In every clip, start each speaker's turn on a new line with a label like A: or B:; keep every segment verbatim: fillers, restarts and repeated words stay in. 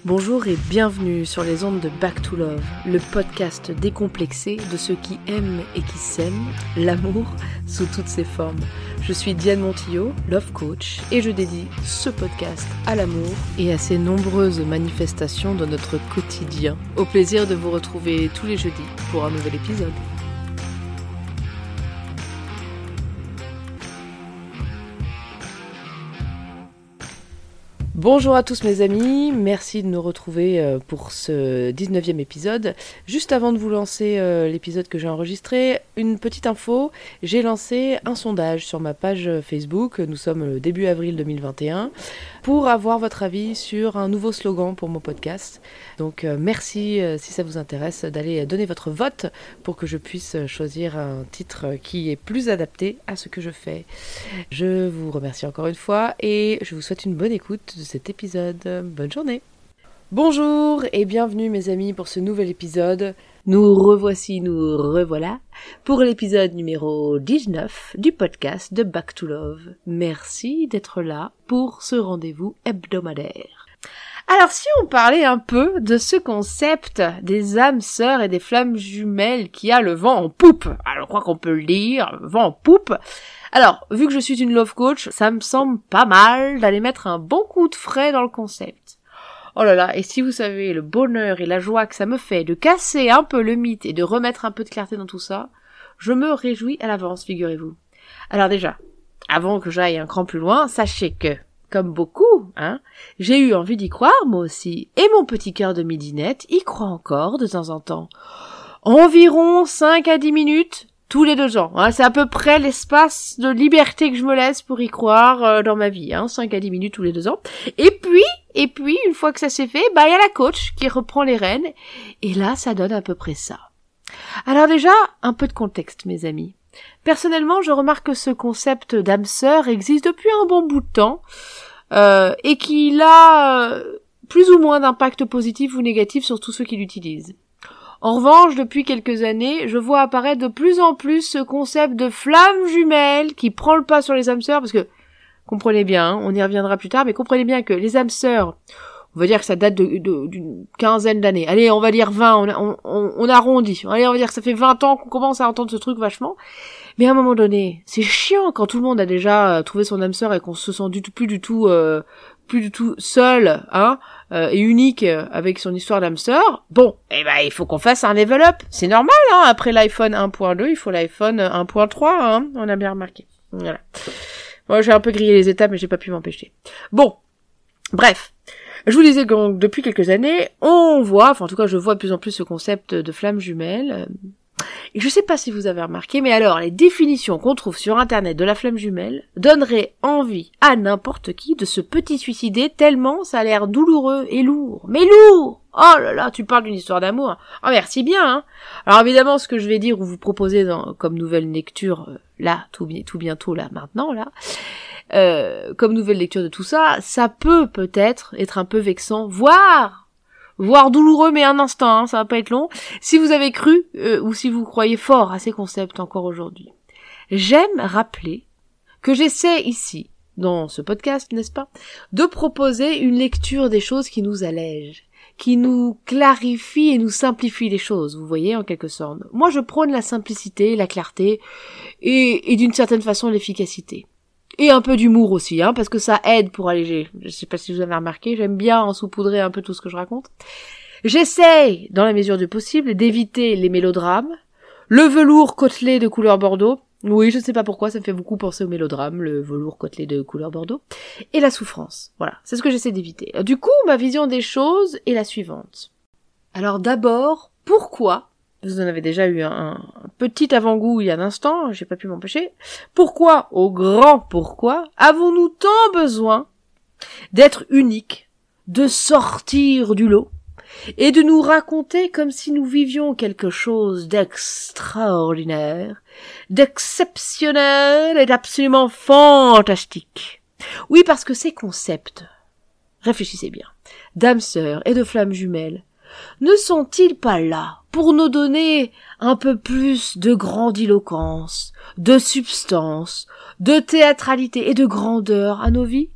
A: Bonjour et bienvenue sur les ondes de Back to Love, le podcast décomplexé de ceux qui aiment et qui s'aiment l'amour sous toutes ses formes. Je suis Diane Montillot, Love Coach, et je dédie ce podcast à l'amour et à ses nombreuses manifestations de notre quotidien. Au plaisir de vous retrouver tous les jeudis pour un nouvel épisode. Bonjour à tous mes amis, merci de nous retrouver pour ce dix-neuvième épisode. Juste avant de vous lancer l'épisode que j'ai enregistré, une petite info, j'ai lancé un sondage sur ma page Facebook, nous sommes début avril deux mille vingt et un, pour avoir votre avis sur un nouveau slogan pour mon podcast. Donc merci si ça vous intéresse d'aller donner votre vote pour que je puisse choisir un titre qui est plus adapté à ce que je fais. Je vous remercie encore une fois et je vous souhaite une bonne écoute de cet épisode. Bonne journée. Bonjour et bienvenue mes amis pour ce nouvel épisode. Nous revoici, nous revoilà pour l'épisode numéro dix-neuf du podcast de Back to Love. Merci d'être là pour ce rendez-vous hebdomadaire. Alors si on parlait un peu de ce concept des âmes sœurs et des flammes jumelles qui a le vent en poupe, alors je crois qu'on peut le dire, vent en poupe. Alors, vu que je suis une love coach, ça me semble pas mal d'aller mettre un bon coup de frais dans le concept. Oh là là, et si vous savez le bonheur et la joie que ça me fait de casser un peu le mythe et de remettre un peu de clarté dans tout ça, je me réjouis à l'avance, figurez-vous. Alors déjà, avant que j'aille un cran plus loin, sachez que, comme beaucoup, hein, j'ai eu envie d'y croire, moi aussi, et mon petit cœur de midinette y croit encore de temps en temps. Environ cinq à dix minutes, tous les deux ans. Hein, c'est à peu près l'espace de liberté que je me laisse pour y croire euh, dans ma vie, hein, cinq à dix minutes tous les deux ans. Et puis, et puis, une fois que ça s'est fait, bah il y a la coach qui reprend les rênes, et là, ça donne à peu près ça. Alors déjà, un peu de contexte, mes amis. Personnellement, je remarque que ce concept d'âme sœur existe depuis un bon bout de temps, euh, et qu'il a euh, plus ou moins d'impact positif ou négatif sur tous ceux qui l'utilisent. En revanche, depuis quelques années, je vois apparaître de plus en plus ce concept de flamme jumelle qui prend le pas sur les âmes sœurs, parce que, comprenez bien, hein, on y reviendra plus tard, mais comprenez bien que les âmes sœurs, on va dire que ça date de, de, d'une quinzaine d'années. Allez, on va dire vingt, on, on, on, on arrondit. Allez, on va dire que ça fait vingt ans qu'on commence à entendre ce truc vachement. Mais à un moment donné, c'est chiant quand tout le monde a déjà trouvé son âme sœur et qu'on se sent du tout, plus du tout, euh, plus du tout seul, hein, euh, et unique avec son histoire d'âme sœur. Bon, eh ben, il faut qu'on fasse un level up. C'est normal, hein. Après l'iPhone un point deux, il faut l'iPhone un point trois, hein. On a bien remarqué. Voilà. Moi, j'ai un peu grillé les étapes, mais j'ai pas pu m'empêcher. Bon. Bref. Je vous disais que depuis quelques années, on voit, enfin en tout cas je vois de plus en plus ce concept de flamme jumelle. Et je sais pas si vous avez remarqué, mais alors les définitions qu'on trouve sur internet de la flamme jumelle donneraient envie à n'importe qui de se petit suicider tellement ça a l'air douloureux et lourd. Mais lourd! Oh là là, tu parles d'une histoire d'amour. Ah merci bien, hein. Alors évidemment, ce que je vais dire ou vous proposer dans, comme nouvelle lecture, euh, là, tout, tout bientôt, là, maintenant, là, euh, comme nouvelle lecture de tout ça, ça peut peut-être être un peu vexant, voire, voire douloureux, mais un instant, hein, ça va pas être long, si vous avez cru, euh, ou si vous croyez fort à ces concepts encore aujourd'hui. J'aime rappeler que j'essaie ici, dans ce podcast, n'est-ce pas, de proposer une lecture des choses qui nous allège, qui nous clarifie et nous simplifie les choses, vous voyez, en quelque sorte. Moi, je prône la simplicité, la clarté, et, et d'une certaine façon, l'efficacité. Et un peu d'humour aussi, hein, parce que ça aide pour alléger. Je sais pas si vous avez remarqué, j'aime bien en saupoudrer un peu tout ce que je raconte. J'essaye, dans la mesure du possible, d'éviter les mélodrames, le velours côtelé de couleur bordeaux. Oui, je ne sais pas pourquoi, ça me fait beaucoup penser au mélodrame, le velours côtelé de couleur bordeaux. Et la souffrance. Voilà, c'est ce que j'essaie d'éviter. Du coup, ma vision des choses est la suivante. Alors d'abord, pourquoi, vous en avez déjà eu un, un petit avant-goût il y a un instant, j'ai pas pu m'empêcher, pourquoi, au grand pourquoi, avons-nous tant besoin d'être uniques, de sortir du lot, et de nous raconter comme si nous vivions quelque chose d'extraordinaire, d'exceptionnel et d'absolument fantastique. Oui, parce que ces concepts, réfléchissez bien, d'âme sœur et de flamme jumelle, ne sont-ils pas là pour nous donner un peu plus de grandiloquence, de substance, de théâtralité et de grandeur à nos vies ?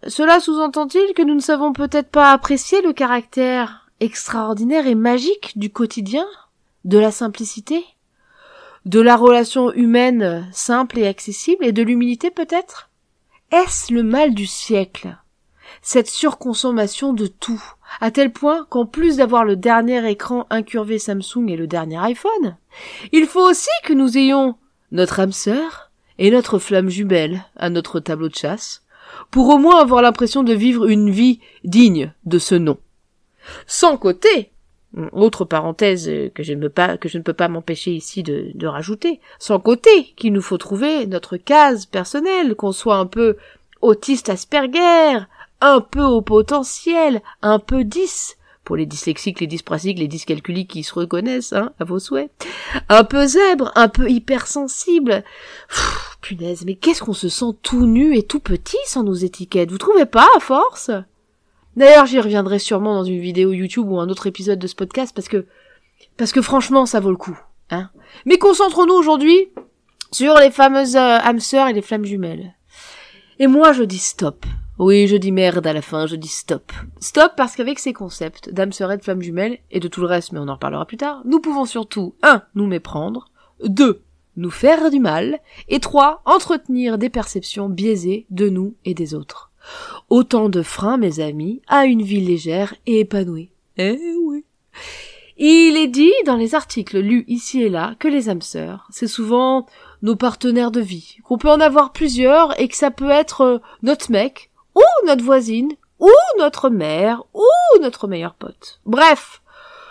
A: cela sous-entend-il que nous ne savons peut-être pas apprécier le caractère extraordinaire et magique du quotidien, de la simplicité, de la relation humaine simple et accessible, et de l'humilité peut-être? Est-ce le mal du siècle, cette surconsommation de tout, à tel point qu'en plus d'avoir le dernier écran incurvé Samsung et le dernier iPhone, il faut aussi que nous ayons notre âme sœur et notre flamme jumelle à notre tableau de chasse, pour au moins avoir l'impression de vivre une vie digne de ce nom. Sans côté, autre parenthèse que je ne peux pas, que je ne peux pas m'empêcher ici de, de rajouter, sans côté qu'il nous faut trouver notre case personnelle, qu'on soit un peu autiste Asperger, un peu au potentiel, un peu dys, pour les dyslexiques, les dyspraxiques, les dyscalculiques qui se reconnaissent, hein, à vos souhaits, un peu zèbre, un peu hypersensible. Pff, punaise, mais qu'est-ce qu'on se sent tout nu et tout petit sans nos étiquettes, vous trouvez pas, à force? D'ailleurs, j'y reviendrai sûrement dans une vidéo YouTube ou un autre épisode de ce podcast, parce que, parce que franchement, ça vaut le coup, hein. Mais concentrons-nous aujourd'hui sur les fameuses euh, âmes sœurs et les flammes jumelles. Et moi, je dis stop. Oui, je dis merde à la fin, je dis stop. Stop parce qu'avec ces concepts d'âme sœur et de flamme jumelle, et de tout le reste, mais on en reparlera plus tard, nous pouvons surtout, un, nous méprendre, deux, nous faire du mal, et trois, entretenir des perceptions biaisées de nous et des autres. Autant de freins, mes amis, à une vie légère et épanouie. Eh oui. Il est dit dans les articles lus ici et là que les âmes sœurs, c'est souvent nos partenaires de vie, qu'on peut en avoir plusieurs et que ça peut être notre mec, ou notre voisine, ou notre mère, ou notre meilleur pote. Bref.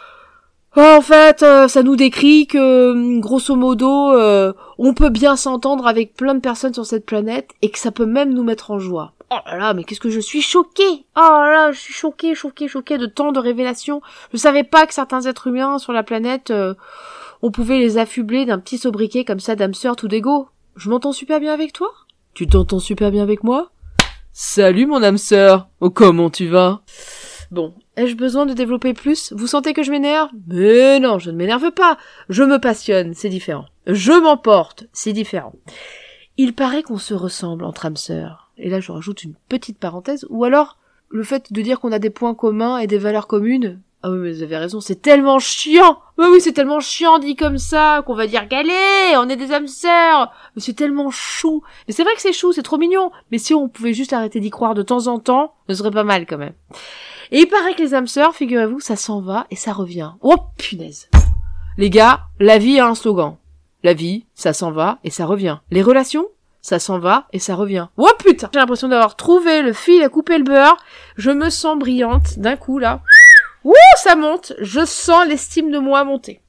A: En fait, euh, ça nous décrit que, grosso modo, euh, on peut bien s'entendre avec plein de personnes sur cette planète et que ça peut même nous mettre en joie. Oh là là, mais qu'est-ce que je suis choquée! Oh là là, je suis choquée, choquée, choquée de tant de révélations. Je savais pas que certains êtres humains sur la planète, euh, on pouvait les affubler d'un petit sobriquet comme ça d'âme sœur tout d'égo. Je m'entends super bien avec toi? Tu t'entends super bien avec moi? Salut mon âme sœur! Oh, comment tu vas? Bon, ai-je besoin de développer plus? Vous sentez que je m'énerve? Mais non, je ne m'énerve pas. Je me passionne, c'est différent. Je m'emporte, c'est différent. Il paraît qu'on se ressemble entre âmes sœurs. Et là, je rajoute une petite parenthèse. Ou alors, le fait de dire qu'on a des points communs et des valeurs communes. Ah oui, mais vous avez raison, c'est tellement chiant! Oui, oui, c'est tellement chiant dit comme ça, qu'on va dire qu'allez, on est des âmes sœurs! Mais c'est tellement chou! Mais c'est vrai que c'est chou, c'est trop mignon! Mais si on pouvait juste arrêter d'y croire de temps en temps, ce serait pas mal quand même. Et il paraît que les âmes sœurs, figurez-vous, ça s'en va et ça revient. Oh, punaise! Les gars, la vie a un slogan. La vie, ça s'en va et ça revient. Les relations, ça s'en va et ça revient. Oh putain! J'ai l'impression d'avoir trouvé le fil à couper le beurre. Je me sens brillante d'un coup, là. Ouh, ça monte. Je sens l'estime de moi monter.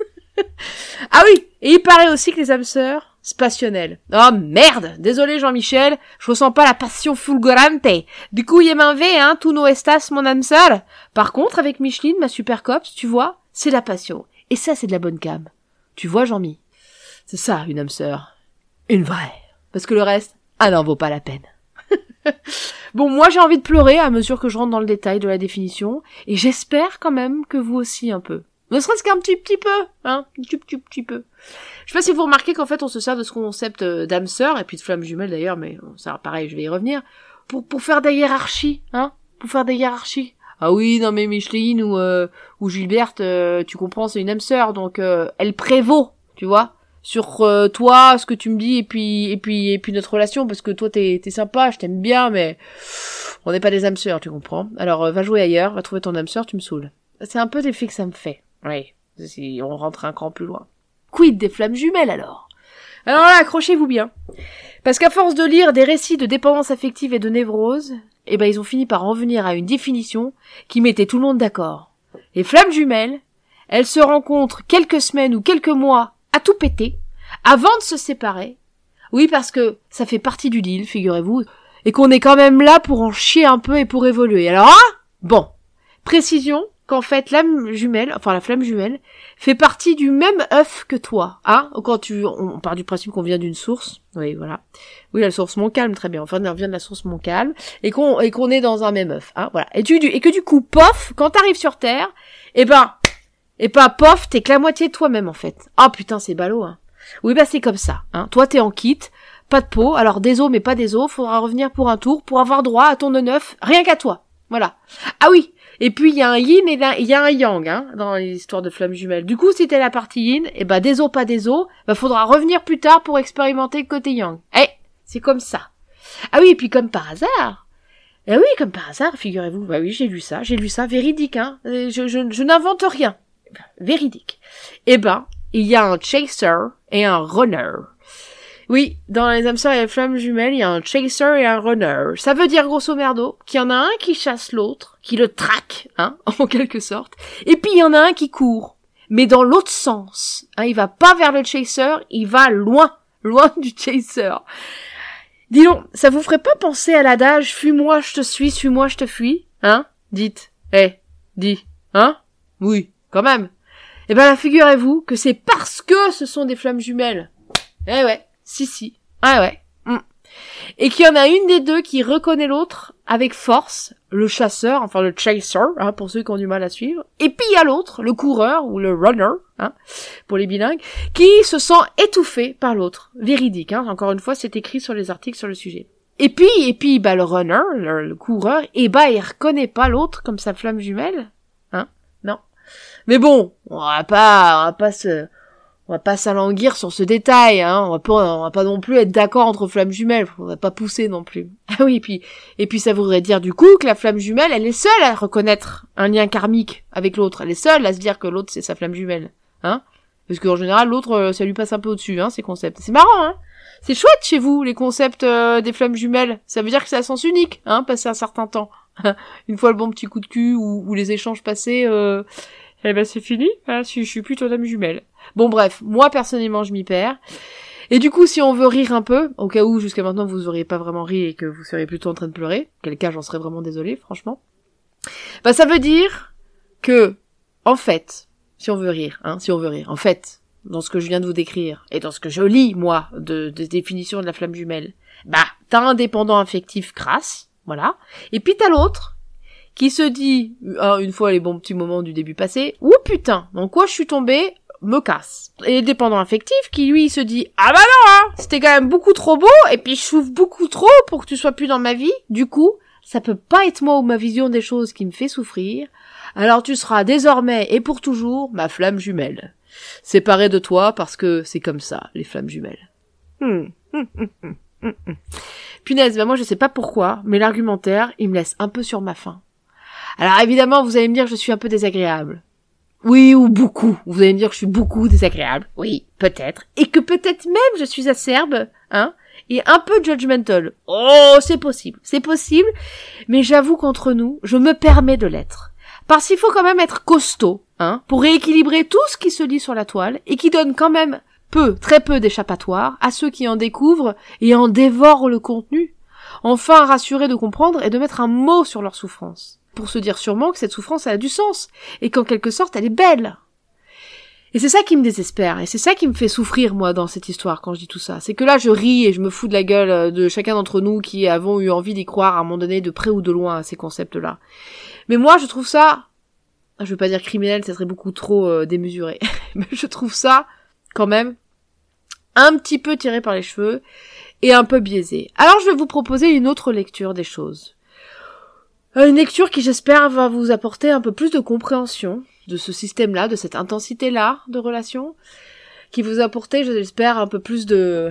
A: Ah oui, et il paraît aussi que les âmes sœurs, c'est passionnel. Oh merde, désolé Jean-Michel, je ressens pas la passion fulgurante. Du coup, y m'en vais, hein, tu no estas mon âme sœur. Par contre, avec Micheline, ma super copse, tu vois, c'est la passion. Et ça, c'est de la bonne cam. Tu vois, Jean-Mi? C'est ça, une âme sœur. Une vraie. Parce que le reste, ah n'en vaut pas la peine. Bon, moi j'ai envie de pleurer à mesure que je rentre dans le détail de la définition, et j'espère quand même que vous aussi un peu. Ne serait-ce qu'un petit petit peu, hein, un petit petit petit peu. Je sais pas si vous remarquez qu'en fait on se sert de ce concept d'âme sœur, et puis de flamme jumelle d'ailleurs, mais ça pareil, je vais y revenir, pour pour faire des hiérarchies, hein, pour faire des hiérarchies. Ah oui, non mais Micheline ou euh, ou Gilberte, euh, tu comprends, c'est une âme sœur, donc euh, elle prévaut, tu vois, sur euh, toi, ce que tu me dis, et puis et puis et puis notre relation, parce que toi t'es t'es sympa, je t'aime bien, mais on n'est pas des âmes sœurs, tu comprends. Alors euh, va jouer ailleurs, va trouver ton âme sœur, tu me saoules. C'est un peu l'effet que ça me fait. Oui, si on rentre un cran plus loin. Quid des flammes jumelles alors? Alors là, accrochez-vous bien. Parce qu'à force de lire des récits de dépendance affective et de névrose, eh ben ils ont fini par en venir à une définition qui mettait tout le monde d'accord. Les flammes jumelles, elles se rencontrent quelques semaines ou quelques mois à tout péter, avant de se séparer. Oui, parce que ça fait partie du deal, figurez-vous, et qu'on est quand même là pour en chier un peu et pour évoluer. Alors, ah, bon, précision qu'en fait, l'âme jumelle, enfin la flamme jumelle, fait partie du même œuf que toi, hein. Quand tu, on part du principe qu'on vient d'une source, oui, voilà, oui, la source Montcalm, très bien. Enfin, on vient de la source Montcalm et qu'on et qu'on est dans un même œuf, hein, voilà. Et tu et que du coup, pof, quand t'arrives sur Terre, eh ben, et ben, pof, t'es que la moitié de toi-même en fait. Ah putain, c'est ballot, hein. Oui, bah c'est comme ça, hein. Toi, t'es en kit
B: pas de pot, alors des os mais pas des os, faudra revenir pour un tour pour avoir droit à ton nœud neuf, rien qu'à toi. Voilà. Ah oui, et puis il y a un yin et il y a un yang hein, dans l'histoire de flammes jumelles. Du coup, si t'es la partie yin, et ben des os pas des os, bah faudra revenir plus tard pour expérimenter le côté yang. Eh, c'est comme ça. Ah oui, et puis comme par hasard, eh oui, comme par hasard, figurez-vous, bah oui, j'ai lu ça, j'ai lu ça, véridique, hein, je, je, je n'invente rien, véridique. Eh ben, il y a un chaser et un runner. Oui, dans les âmes sœurs et les flammes jumelles, il y a un chaser et un runner. Ça veut dire, grosso merdo, qu'il y en a un qui chasse l'autre, qui le traque, hein, en quelque sorte, et puis il y en a un qui court, mais dans l'autre sens, hein, il va pas vers le chaser, il va loin, loin du chaser. Dis donc, ça vous ferait pas penser à l'adage « Fuis-moi, je te suis, suis-moi, je te fuis » hein? Dites. Eh, dis. Hein? Oui, quand même. Eh ben là, figurez-vous que c'est parce que ce sont des flammes jumelles. Eh ouais, si, si. Ah ouais. Mm. Et qu'il y en a une des deux qui reconnaît l'autre avec force, le chasseur, enfin le chaser, hein, pour ceux qui ont du mal à suivre. Et puis il y a l'autre, le coureur ou le runner, hein, pour les bilingues, qui se sent étouffé par l'autre. Véridique, hein. Encore une fois, c'est écrit sur les articles sur le sujet. Et puis, et puis, bah le runner, le, le coureur, et bah il reconnaît pas l'autre comme sa flamme jumelle, hein. Non. Mais bon, on va pas, on va pas se On va pas s'alanguir sur ce détail, hein. On va pas, on va pas non plus être d'accord entre flammes jumelles. On va pas pousser non plus. Ah oui, et puis, et puis ça voudrait dire du coup que la flamme jumelle, elle est seule à reconnaître un lien karmique avec l'autre. Elle est seule à se dire que l'autre c'est sa flamme jumelle, hein. Parce qu'en général, l'autre, ça lui passe un peu au-dessus, hein, ces concepts. C'est marrant, hein. C'est chouette chez vous, les concepts euh, des flammes jumelles. Ça veut dire que c'est à sens unique, hein, passé un certain temps. Une fois le bon petit coup de cul ou, ou les échanges passés, euh, eh ben c'est fini, hein, je, je suis plus ton âme jumelle. Bon bref, moi personnellement je m'y perds. Et du coup, si on veut rire un peu, au cas où jusqu'à maintenant vous auriez pas vraiment ri et que vous seriez plutôt en train de pleurer, quel cas j'en serais vraiment désolée, franchement, bah ça veut dire que, en fait, si on veut rire, hein, si on veut rire, en fait, dans ce que je viens de vous décrire, et dans ce que je lis, moi, de, de définition de la flamme jumelle, bah, t'as un dépendant affectif crasse, voilà, et puis t'as l'autre, qui se dit, hein, une fois les bons petits moments du début passé, « Ouh putain, dans quoi je suis tombée ? Me casse. » Et le dépendant affectif qui, lui, se dit « Ah bah non, hein, c'était quand même beaucoup trop beau, et puis je souffre beaucoup trop pour que tu sois plus dans ma vie, du coup, ça peut pas être moi ou ma vision des choses qui me fait souffrir, alors tu seras désormais et pour toujours ma flamme jumelle. Séparée de toi parce que c'est comme ça, les flammes jumelles. Hmm. Hum, hum, hum, hum, hum. Punaise, bah moi je sais pas pourquoi, mais l'argumentaire, il me laisse un peu sur ma faim. Alors évidemment, vous allez me dire que je suis un peu désagréable. Oui, ou beaucoup. Vous allez me dire que je suis beaucoup désagréable. Oui, peut-être. Et que peut-être même je suis acerbe, hein, et un peu judgmental. Oh, c'est possible. C'est possible. Mais j'avoue qu'entre nous, je me permets de l'être. Parce qu'il faut quand même être costaud, hein, pour rééquilibrer tout ce qui se lit sur la toile et qui donne quand même peu, très peu d'échappatoire à ceux qui en découvrent et en dévorent le contenu. Enfin rassurés de comprendre et de mettre un mot sur leur souffrance. Pour se dire sûrement que cette souffrance elle a du sens, et qu'en quelque sorte elle est belle. Et c'est ça qui me désespère, et c'est ça qui me fait souffrir moi dans cette histoire quand je dis tout ça. C'est que là je ris et je me fous de la gueule de chacun d'entre nous qui avons eu envie d'y croire à un moment donné de près ou de loin à ces concepts-là. Mais moi je trouve ça, je veux pas dire criminel, ça serait beaucoup trop euh, démesuré, mais je trouve ça quand même un petit peu tiré par les cheveux et un peu biaisé. Alors je vais vous proposer une autre lecture des choses. Une lecture qui, j'espère, va vous apporter un peu plus de compréhension de ce système-là, de cette intensité-là de relation, qui vous apporter, j'espère, un peu plus de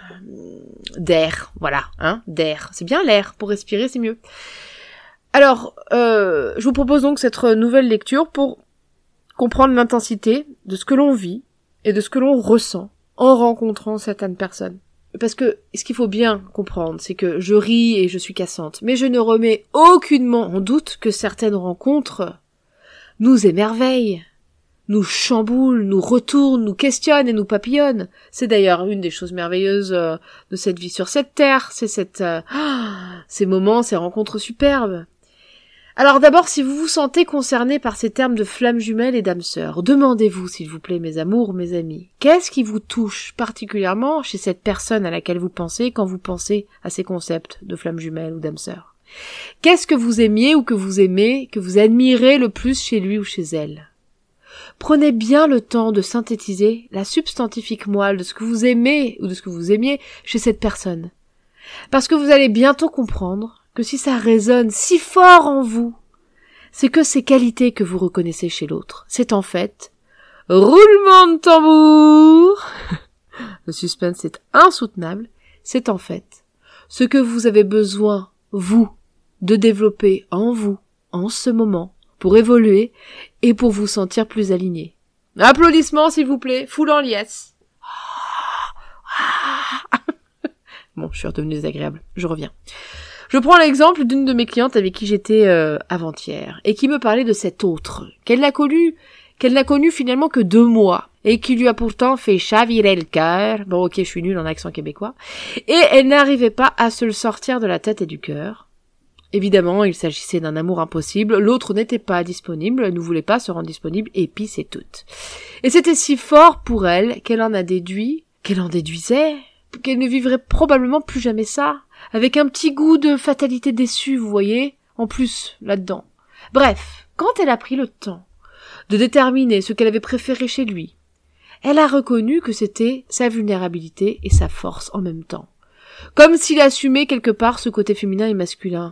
B: d'air, voilà, hein, d'air. C'est bien l'air, pour respirer, c'est mieux. Alors, euh, je vous propose donc cette nouvelle lecture pour comprendre l'intensité de ce que l'on vit et de ce que l'on ressent en rencontrant certaines personnes. Parce que ce qu'il faut bien comprendre, c'est que je ris et je suis cassante, mais je ne remets aucunement en doute que certaines rencontres nous émerveillent, nous chamboulent, nous retournent, nous questionnent et nous papillonnent. C'est d'ailleurs une des choses merveilleuses euh, de cette vie sur cette terre, c'est cette, euh, ces moments, ces rencontres superbes. Alors d'abord, si vous vous sentez concerné par ces termes de flammes jumelles et d'âmes sœurs, demandez-vous, s'il vous plaît, mes amours, mes amis, qu'est-ce qui vous touche particulièrement chez cette personne à laquelle vous pensez quand vous pensez à ces concepts de flammes jumelles ou d'âmes sœurs? Qu'est-ce que vous aimiez ou que vous aimez, que vous admirez le plus chez lui ou chez elle? prenez bien le temps de synthétiser la substantifique moelle de ce que vous aimez ou de ce que vous aimiez chez cette personne. Parce que vous allez bientôt comprendre que si ça résonne si fort en vous, c'est que ces qualités que vous reconnaissez chez l'autre, c'est en fait roulement de tambour. Le suspense est insoutenable. C'est en fait ce que vous avez besoin, vous, de développer en vous, en ce moment, pour évoluer et pour vous sentir plus aligné. Applaudissements, s'il vous plaît, full en liesse. Bon, je suis redevenue désagréable. Je reviens. Je prends l'exemple d'une de mes clientes avec qui j'étais euh, avant-hier et qui me parlait de cet autre, qu'elle n'a connu, qu'elle n'a connu finalement que deux mois et qui lui a pourtant fait chavirer le cœur. Bon, ok, je suis nulle en accent québécois. Et elle n'arrivait pas à se le sortir de la tête et du cœur. Évidemment, il s'agissait d'un amour impossible. L'autre n'était pas disponible, ne voulait pas se rendre disponible, et puis c'est tout. Et c'était si fort pour elle qu'elle en a déduit, qu'elle en déduisait, qu'elle ne vivrait probablement plus jamais ça, avec un petit goût de fatalité déçue, vous voyez, en plus, là-dedans. Bref, quand elle a pris le temps de déterminer ce qu'elle avait préféré chez lui, elle a reconnu que c'était sa vulnérabilité et sa force en même temps. Comme s'il assumait quelque part ce côté féminin et masculin.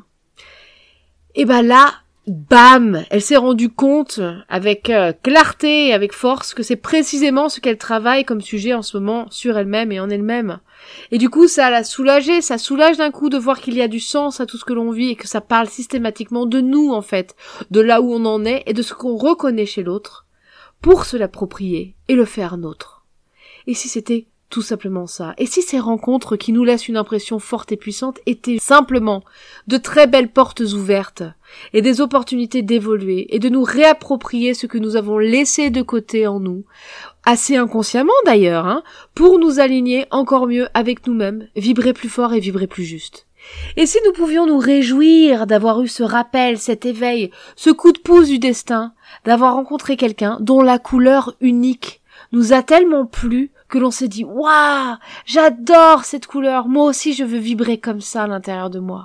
B: Et ben là, bam, elle s'est rendue compte avec euh, clarté et avec force que c'est précisément ce qu'elle travaille comme sujet en ce moment sur elle-même et en elle-même. Et du coup, ça l'a soulagée, ça soulage d'un coup de voir qu'il y a du sens à tout ce que l'on vit et que ça parle systématiquement de nous en fait, de là où on en est et de ce qu'on reconnaît chez l'autre, pour se l'approprier et le faire nôtre. Et si c'était tout simplement ça. Et si ces rencontres qui nous laissent une impression forte et puissante étaient simplement de très belles portes ouvertes et des opportunités d'évoluer et de nous réapproprier ce que nous avons laissé de côté en nous, assez inconsciemment d'ailleurs, hein, pour nous aligner encore mieux avec nous-mêmes, vibrer plus fort et vibrer plus juste. Et si nous pouvions nous réjouir d'avoir eu ce rappel, cet éveil, ce coup de pouce du destin, d'avoir rencontré quelqu'un dont la couleur unique nous a tellement plu que l'on s'est dit « Waouh, j'adore cette couleur, moi aussi je veux vibrer comme ça à l'intérieur de moi ».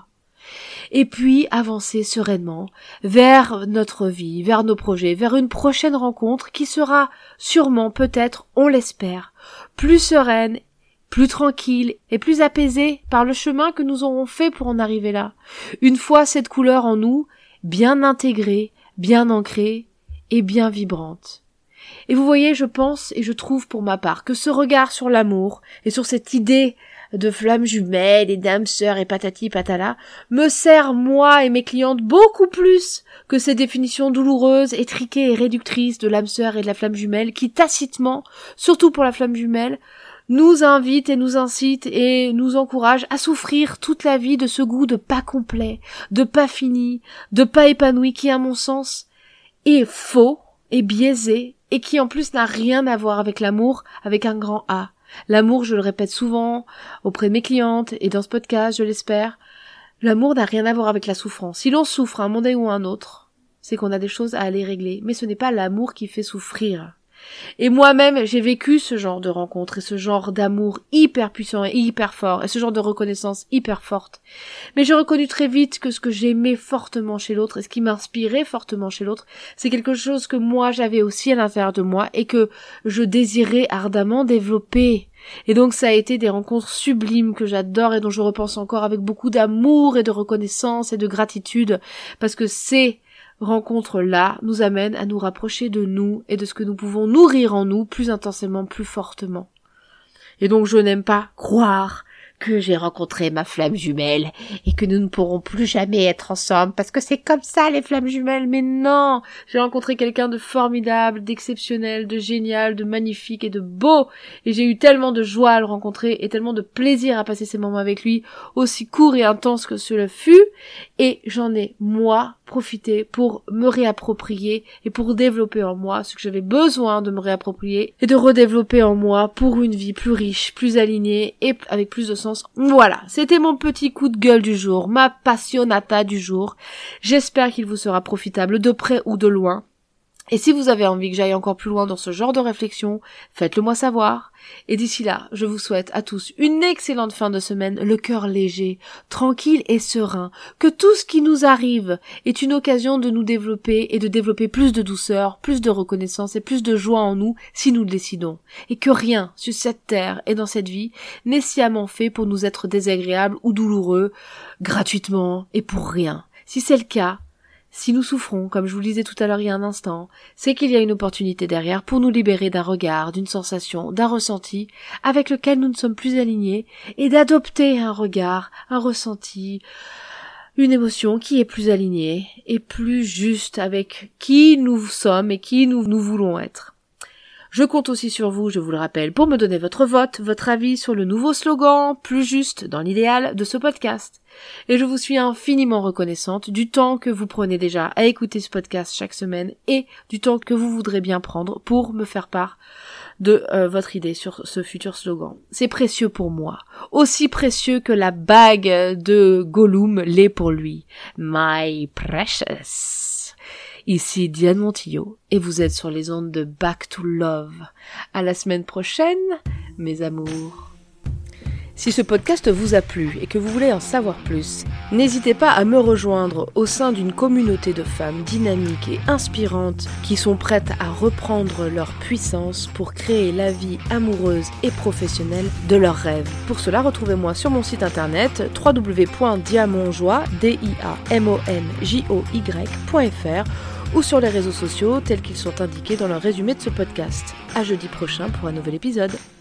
B: Et puis avancer sereinement vers notre vie, vers nos projets, vers une prochaine rencontre qui sera sûrement, peut-être, on l'espère, plus sereine, plus tranquille et plus apaisée par le chemin que nous aurons fait pour en arriver là. Une fois cette couleur en nous, bien intégrée, bien ancrée et bien vibrante. Et vous voyez, je pense et je trouve pour ma part que ce regard sur l'amour et sur cette idée de flammes jumelles et d'âmes sœurs et patati patala me sert moi et mes clientes beaucoup plus que ces définitions douloureuses, étriquées et réductrices de l'âme sœur et de la flamme jumelle qui tacitement, surtout pour la flamme jumelle, nous invitent et nous incitent et nous encouragent à souffrir toute la vie de ce goût de pas complet, de pas fini, de pas épanoui qui, à mon sens, est faux et biaisé et qui en plus n'a rien à voir avec l'amour avec un grand A. L'amour, je le répète souvent auprès de mes clientes et dans ce podcast, je l'espère, l'amour n'a rien à voir avec la souffrance. Si l'on souffre un moment ou un autre, c'est qu'on a des choses à aller régler, mais ce n'est pas l'amour qui fait souffrir. Et moi-même, j'ai vécu ce genre de rencontre et ce genre d'amour hyper puissant et hyper fort et ce genre de reconnaissance hyper forte. Mais j'ai reconnu très vite que ce que j'aimais fortement chez l'autre et ce qui m'inspirait fortement chez l'autre, c'est quelque chose que moi j'avais aussi à l'intérieur de moi et que je désirais ardemment développer. Et donc ça a été des rencontres sublimes que j'adore et dont je repense encore avec beaucoup d'amour et de reconnaissance et de gratitude parce que c'est rencontres-là nous amènent à nous rapprocher de nous et de ce que nous pouvons nourrir en nous plus intensément, plus fortement. Et donc je n'aime pas croire que j'ai rencontré ma flamme jumelle et que nous ne pourrons plus jamais être ensemble parce que c'est comme ça les flammes jumelles. Mais non, j'ai rencontré quelqu'un de formidable, d'exceptionnel, de génial, de magnifique et de beau et j'ai eu tellement de joie à le rencontrer et tellement de plaisir à passer ces moments avec lui, aussi courts et intenses que cela fut, et j'en ai, moi, profité pour me réapproprier et pour développer en moi ce que j'avais besoin de me réapproprier et de redévelopper en moi pour une vie plus riche, plus alignée et avec plus de sens. Voilà, c'était mon petit coup de gueule du jour, ma passionata du jour. J'espère qu'il vous sera profitable de près ou de loin. Et si vous avez envie que j'aille encore plus loin dans ce genre de réflexion, faites-le moi savoir. Et d'ici là, je vous souhaite à tous une excellente fin de semaine, le cœur léger, tranquille et serein, que tout ce qui nous arrive est une occasion de nous développer et de développer plus de douceur, plus de reconnaissance et plus de joie en nous si nous le décidons. Et que rien sur cette terre et dans cette vie n'est sciemment fait pour nous être désagréable ou douloureux, gratuitement et pour rien. Si c'est le cas, si nous souffrons, comme je vous le disais tout à l'heure il y a un instant, c'est qu'il y a une opportunité derrière pour nous libérer d'un regard, d'une sensation, d'un ressenti avec lequel nous ne sommes plus alignés et d'adopter un regard, un ressenti, une émotion qui est plus alignée et plus juste avec qui nous sommes et qui nous, nous voulons être. Je compte aussi sur vous, je vous le rappelle, pour me donner votre vote, votre avis sur le nouveau slogan, plus juste dans l'idéal de ce podcast. Et je vous suis infiniment reconnaissante du temps que vous prenez déjà à écouter ce podcast chaque semaine et du temps que vous voudrez bien prendre pour me faire part de euh, votre idée sur ce futur slogan. C'est précieux pour moi, aussi précieux que la bague de Gollum l'est pour lui. My precious. Ici Diane Montillo et vous êtes sur les ondes de Back to Love. À la semaine prochaine, mes amours. Si ce podcast vous a plu et que vous voulez en savoir plus, n'hésitez pas à me rejoindre au sein d'une communauté de femmes dynamiques et inspirantes qui sont prêtes à reprendre leur puissance pour créer la vie amoureuse et professionnelle de leurs rêves. Pour cela, retrouvez-moi sur mon site internet w w w point diamonjoie point f r ou sur les réseaux sociaux tels qu'ils sont indiqués dans le résumé de ce podcast. À jeudi prochain pour un nouvel épisode.